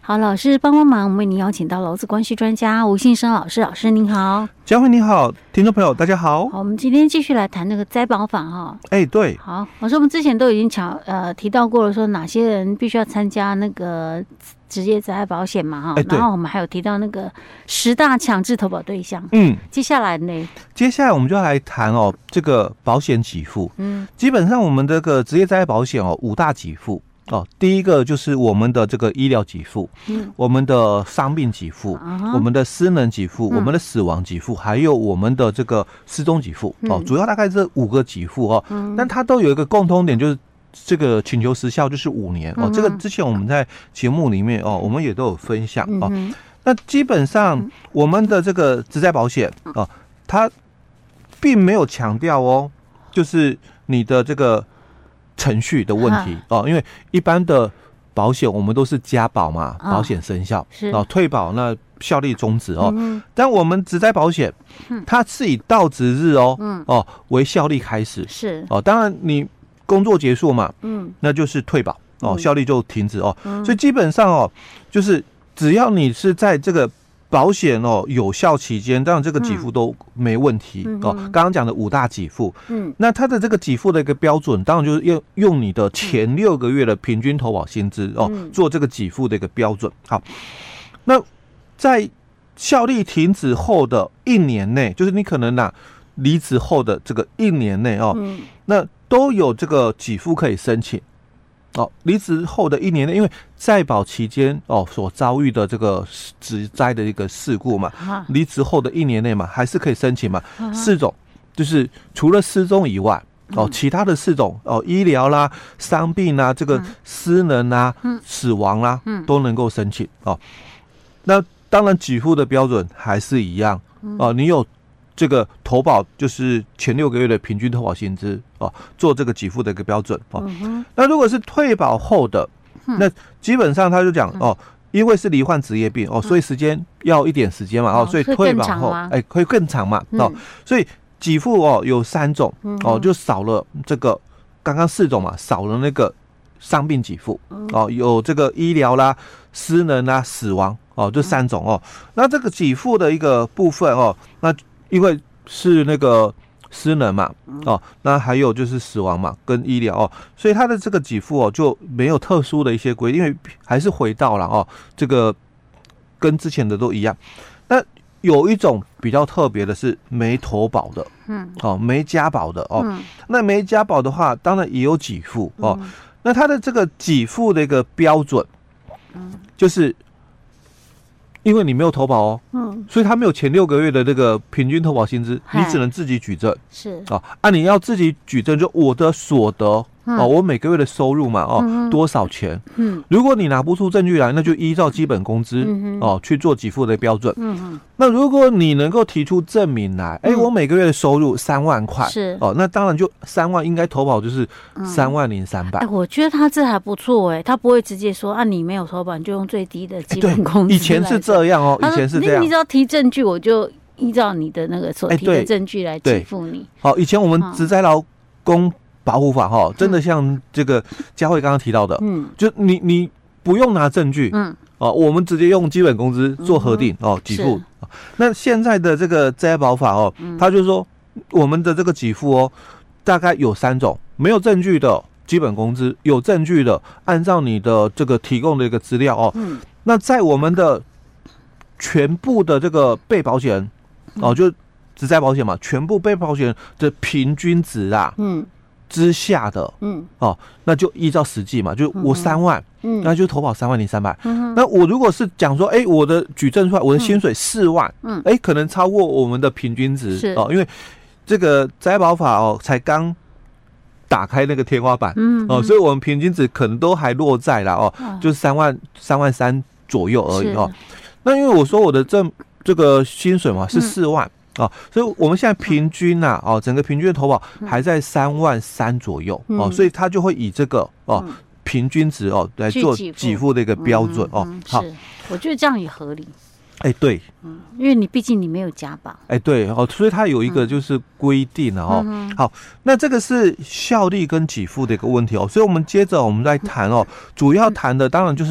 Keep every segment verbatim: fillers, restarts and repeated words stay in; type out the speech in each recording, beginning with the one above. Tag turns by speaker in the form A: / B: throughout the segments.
A: 好，老师帮帮忙，我们为您邀请到劳资关系专家吴信生老师，老师您好。
B: 嘉惠你好，听众朋友大家好。
A: 好，我们今天继续来谈那个灾保法哈。
B: 哎、欸，对。
A: 好，老师，我们之前都已经讲呃提到过了，说哪些人必须要参加那个职业灾害保险嘛哈、
B: 欸。
A: 然后我们还有提到那个十大强制投保对象。
B: 嗯，
A: 接下来呢？
B: 接下来我们就来谈哦这个保险给付。嗯，基本上我们这个职业灾害保险哦五大给付。哦，第一个就是我们的这个医疗给付，嗯，我们的伤病给付，啊、我们的失能给付、嗯，我们的死亡给付，还有我们的这个失踪给付、嗯、哦，主要大概这五个给付哦，嗯，但它都有一个共通点，就是这个请求时效就是五年、嗯、哦。这个之前我们在节目里面哦，我们也都有分享、嗯、哦。那基本上我们的这个职灾保险哦，它并没有强调哦，就是你的这个程序的问题哦，因为一般的保险我们都是加保嘛，哦、保险生效是哦，退保那效力终止哦。嗯、但我们职灾保险，嗯、它是以到职日哦，嗯、哦为效力开始是哦，当然你工作结束嘛，嗯，那就是退保哦，效力就停止哦。嗯、所以基本上哦，就是只要你是在这个保险哦有效期间，当然这个给付都没问题、嗯、哦。刚刚讲的五大给付，嗯，那它的这个给付的一个标准，当然就是用用你的前六个月的平均投保薪资哦、嗯、做这个给付的一个标准。好，那在效力停止后的一年内，就是你可能呐、啊、离职后的这个一年内哦、嗯，那都有这个给付可以申请。哦，离职后的一年内，因为在保期间哦所遭遇的这个职灾的一个事故嘛，离职后的一年内嘛，还是可以申请嘛。啊、四种就是除了失踪以外，哦，嗯、其他的四种哦，医疗啦、伤病啦、这个失能啦、嗯、死亡啦，嗯、都能够申请哦。那当然，给付的标准还是一样哦，你有这个投保就是前六个月的平均投保薪资哦，做这个给付的一个标准哦。嗯、那如果是退保后的，嗯、那基本上他就讲哦，因为是罹患职业病哦，所以时间要一点时间嘛哦，所以退保后哎会更长嘛哦，嗯、所以给付哦有三种哦，就少了这个刚刚四种嘛，少了那个伤病给付哦，有这个医疗啦、失能啦、死亡哦，这三种哦。那这个给付的一个部分哦，那因为是那个失能嘛，哦，那还有就是死亡嘛，跟医疗哦，所以它的这个给付哦就没有特殊的一些规定，因为还是回到了哦，这个跟之前的都一样。那有一种比较特别的是没投保的，嗯，哦，没加保的哦，嗯、那没加保的话，当然也有给付哦。嗯、那它的这个给付的一个标准，嗯，就是。因为你没有投保哦，嗯，所以他没有前六个月的这个平均投保薪资，你只能自己举证是啊，啊，你要自己举证，就我的所得、嗯、哦，我每个月的收入嘛，哦，嗯、多少钱？嗯，如果你拿不出证据来，那就依照基本工资、嗯、哦去做给付的标准。嗯那如果你能够提出证明来，哎、嗯欸，我每个月的收入三万块，是哦，那当然就三万应该投保就是三万零三百。
A: 哎，我觉得他这还不错哎，他不会直接说啊，你没有投保你就用最低的基本工资、欸。
B: 以前是这样哦，以前是这样。
A: 你只要提证据，我就依照你的那个所提的证据来给付你。
B: 好、欸，以前我们职灾劳工保护法哈，真的像这个佳慧刚刚提到的，嗯，就你你不用拿证据，嗯。哦，我们直接用基本工资做核定、嗯、哦，给付。那现在的这个灾保法哦，嗯、他就说我们的这个给付哦，大概有三种：没有证据的基本工资，有证据的，按照你的这个提供的一个资料哦。嗯、那在我们的全部的这个被保险人、嗯、哦，就职灾保险嘛，全部被保险人的平均值啊，嗯。之下的，嗯，哦，那就依照实际嘛，就我三万，嗯，那就投保三万零三百。嗯，那我如果是讲说，哎、欸，我的举证出来，我的薪水四万，嗯，哎、欸，可能超过我们的平均值哦，因为这个灾保法哦，才刚打开那个天花板，嗯，哦，所以我们平均值可能都还落在了哦，嗯、就是三万三万三左右而已哦。那因为我说我的这这个薪水嘛是四万。嗯哦，所以我们现在平均呐、啊，哦，整个平均的投保还在三万三左右、嗯、哦，所以它就会以这个哦、嗯、平均值哦来做给付的一个标准、嗯、哦。好，
A: 我觉得这样也合理。
B: 哎、欸，对，
A: 嗯，因为你毕竟你没有加保。
B: 哎、欸，对哦，所以它有一个就是规定了哦、嗯。好，那这个是效力跟给付的一个问题哦，所以我们接着我们来谈哦，主要谈的当然就是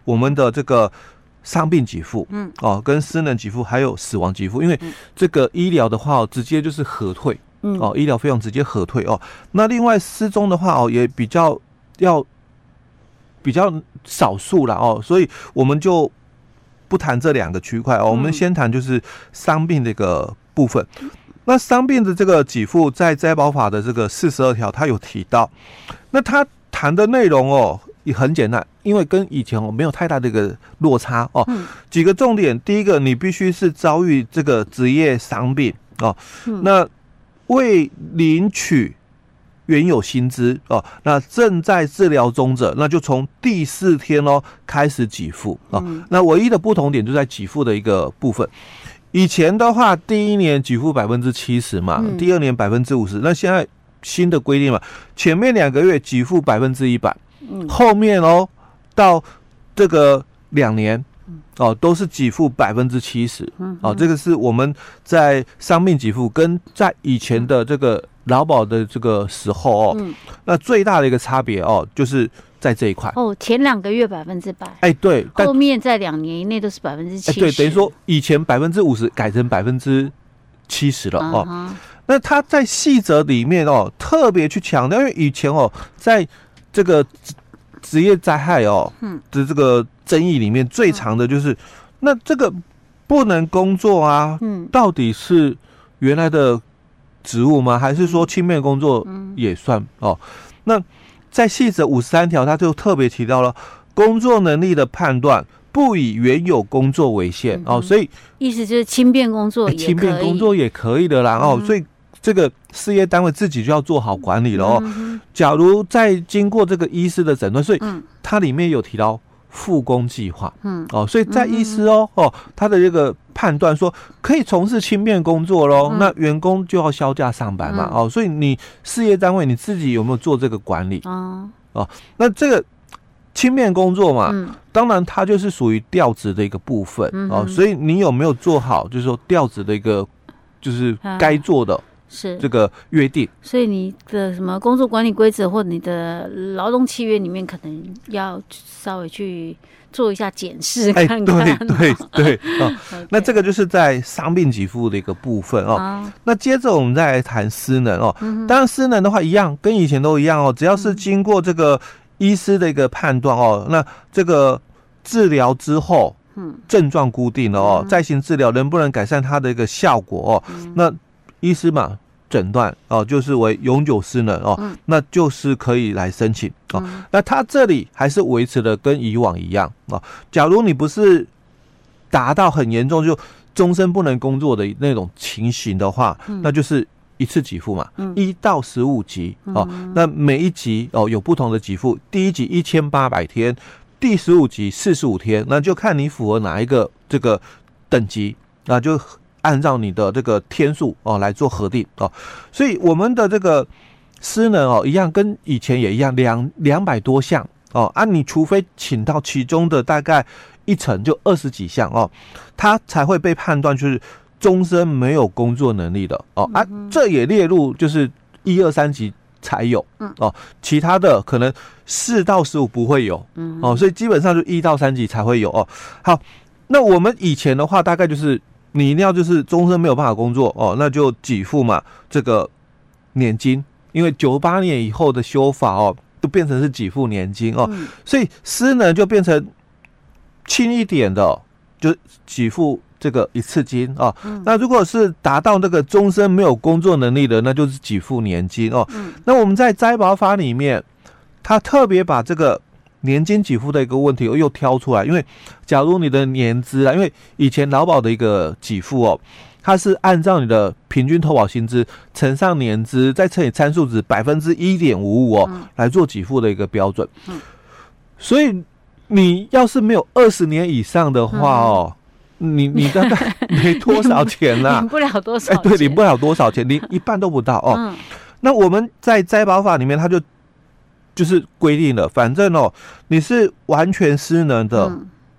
B: 我们的这个伤病给付，嗯，哦，跟失能给付还有死亡给付，因为这个医疗的话、哦、直接就是核退，嗯，哦，医疗费用直接核退哦。那另外失踪的话哦，也比较要比较少数啦哦，所以我们就不谈这两个区块哦，我们先谈就是伤病这个部分。那伤病的这个给付，在灾保法的这个四十二条，它有提到。那它谈的内容哦，也很简单，因为跟以前哦没有太大的一个落差哦。嗯、几个重点，第一个，你必须是遭遇这个职业伤病哦，嗯、那未领取原有薪资哦，那正在治疗中者，那就从第四天哦开始给付哦。嗯、那唯一的不同点就在给付的一个部分。以前的话，第一年给付百分之七十嘛，嗯、第二年百分之五十。那现在新的规定嘛，前面两个月给付百分之一百，后面哦到这个两年哦都是给付百分之七十。哦，这个是我们在伤病给付跟在以前的这个劳保的这个时候哦，嗯、那最大的一个差别哦，就是在这一块
A: 哦，前两个月百分之百，
B: 哎对，
A: 后面在两年以内都是百分之七十，
B: 对，等于说以前百分之五十改成百分之七十了哦。Uh-huh. 那他在细则里面哦，特别去强调，因为以前哦，在这个职业灾害哦的这个争议里面，最长的就是、嗯、那这个不能工作啊，嗯，到底是原来的职务吗？还是说轻便工作也算、嗯、哦？那在细则五十三条，他就特别提到了工作能力的判断不以原有工作为限、嗯、哦，所以
A: 意思就是轻便工作也可以，
B: 轻便工作也可以的啦、嗯、哦，所以这个事业单位自己就要做好管理了哦。嗯、假如在经过这个医师的诊断，所以它里面有提到复工计划，嗯，哦，所以在医师哦哦他的这个判断说可以从事轻便工作咯、嗯、那员工就要销假上班嘛、嗯、哦，所以你事业单位你自己有没有做这个管理、哦哦、那这个轻便工作嘛、嗯、当然它就是属于调职的一个部分、嗯、哦，所以你有没有做好就是说调职的一个就是该做的是这个约定，
A: 所以你的什么工作管理规则或你的劳动契约里面可能要稍微去做一下检视看看、
B: 哎、对对对、哦、okay. 那这个就是在伤病给付的一个部分哦。啊、那接着我们再来谈失能哦、嗯、当然失能的话一样跟以前都一样哦，只要是经过这个医师的一个判断哦，那这个治疗之后嗯症状固定了哦、嗯、再行治疗能不能改善它的一个效果哦、嗯、那医师嘛诊断哦，就是为永久失能哦、嗯，那就是可以来申请哦、嗯。那他这里还是维持的跟以往一样哦。假如你不是达到很严重就终身不能工作的那种情形的话，嗯、那就是一次给付嘛，一、嗯、到十五级哦、嗯。那每一级哦有不同的给付，第一级一千八百天，第十五级四十五天，那就看你符合哪一个这个等级，那就按照你的这个天数哦来做核定哦，所以我们的这个失能哦一样跟以前也一样，两两百多项哦啊，你除非请到其中的大概一成就二十几项哦，他才会被判断就是终身没有工作能力的哦啊，这也列入就是一二三级才有哦，其他的可能四到十五不会有哦，所以基本上就一到三级才会有哦。好，那我们以前的话大概就是你一定要就是终身没有办法工作哦，那就给付嘛这个年金，因为九八年以后的修法哦，就变成是给付年金哦，嗯、所以失能就变成轻一点的、哦，就给付这个一次金哦、嗯。那如果是达到那个终身没有工作能力的，那就是给付年金哦。嗯、那我们在灾保法里面，他特别把这个年金给付的一个问题又挑出来，因为假如你的年资啊，因为以前劳保的一个给付哦，它是按照你的平均投保薪资乘上年资，再乘以参数值百分之一点五五哦、嗯，来做给付的一个标准。嗯，所以你要是没有二十年以上的话哦，嗯、你你大概没多少钱啦、啊，
A: 领不了多少钱，
B: 哎，对，领不了多少钱，领一半都不到哦。嗯、那我们在灾保法里面，它就就是规定了，反正哦，你是完全失能的，嗯、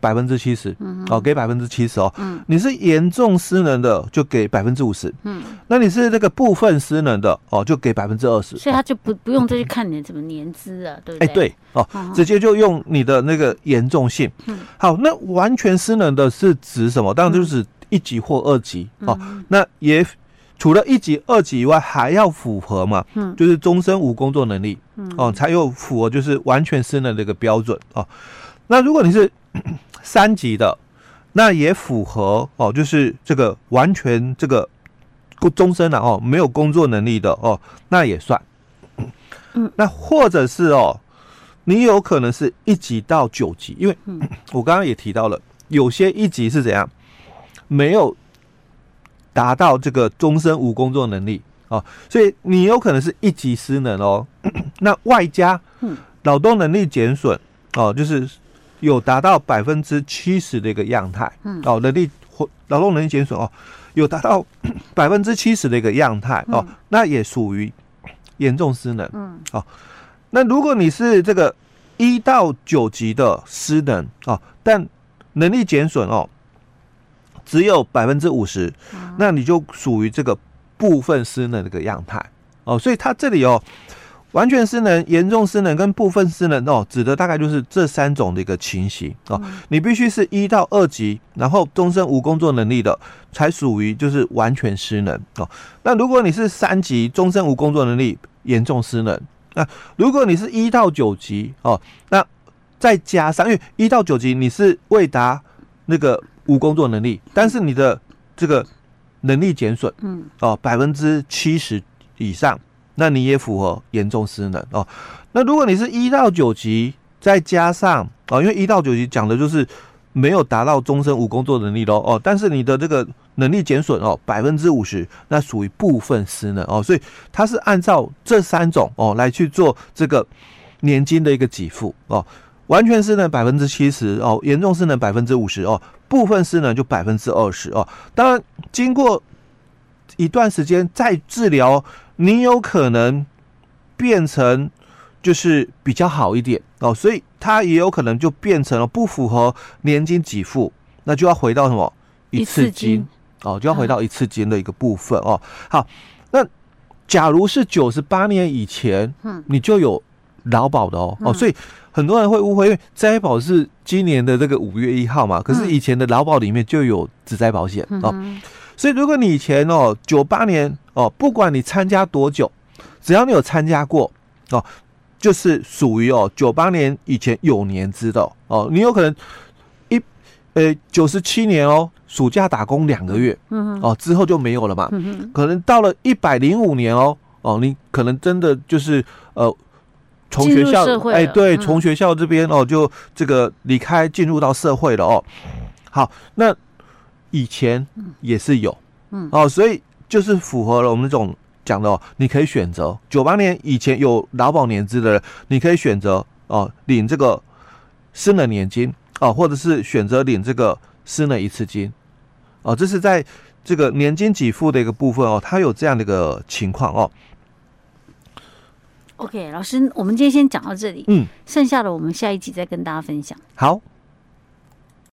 B: 百分之七十，哦，给百分之七十哦。嗯，你是严重失能的，就给百分之五十。嗯，那你是这个部分失能的，哦，就给百分之二十。
A: 所以他就不不用再去看你的什么年资啊，对不对？
B: 哎，对哦，嗯、直接就用你的那个严重性。嗯，好，那完全失能的是指什么？当然就是一级或二级、嗯、哦。那也除了一级、二级以外，还要符合嘛，嗯，就是终身无工作能力，嗯，哦，才有符合就是完全失能的一个标准哦。那如果你是三级的，那也符合哦，就是这个完全这个终身啊哦，没有工作能力的哦，那也算。嗯，那或者是哦，你有可能是一级到九级，因为我刚刚也提到了，有些一级是怎样，没有达到这个终身无工作能力哦，所以你有可能是一级失能哦。那外加劳动能力减损哦，就是有达到百分之七十的一个样态哦，能力或劳动能力减损哦，有达到百分之七十的一个样态哦，那也属于严重失能。嗯，哦，那如果你是这个一到九级的失能哦，但能力减损哦只有百分之五十，那你就属于这个部分失能的一个样态哦。所以它这里哦，完全失能、严重失能跟部分失能哦，指的大概就是这三种的一个情形哦。嗯、你必须是一到二级，然后终身无工作能力的，才属于就是完全失能哦。那如果你是三级，终身无工作能力，严重失能。那如果你是一到九级哦，那再加上，因为一到九级你是未达那个无工作能力，但是你的这个能力减损，嗯，哦，百分之七十以上，那你也符合严重失能哦。那如果你是一到九级，再加上哦，因为一到九级讲的就是没有达到终身无工作能力咯哦，但是你的这个能力减损哦百分之五十，那属于部分失能哦，所以它是按照这三种哦来去做这个年金的一个给付哦。完全失能百分之七十哦，严重失能百分之五十哦，部分失能就百分之二十哦。当然，经过一段时间再治疗，你有可能变成就是比较好一点哦，所以它也有可能就变成了不符合年金给付，那就要回到什么一次金哦，就要回到一次金的一个部分哦。好，那假如是九十八年以前，嗯，你就有劳保的哦，哦，所以很多人会误会，因为灾保是今年的这个五月一号嘛，可是以前的劳保里面就有职灾保险、嗯、哦，所以如果你以前哦九八年哦，不管你参加多久，只要你有参加过哦，就是属于哦九八年以前有年资的 哦, 哦，你有可能一呃九十七年哦暑假打工两个月，嗯哦之后就没有了嘛，嗯可能到了一百零五年哦哦，你可能真的就是呃。从学校哎，对，从学校这边哦，就这个离开，进入到社会了哦。好，那以前也是有，嗯哦，所以就是符合了我们这种讲的哦，你可以选择九八年以前有劳保年资的人，你可以选择哦领这个失能年金哦，或者是选择领这个失能一次金哦，这是在这个年金给付的一个部分哦，它有这样的一个情况哦。
A: OK， 老师，我们今天先讲到这里，嗯，剩下的我们下一集再跟大家分享。
B: 好。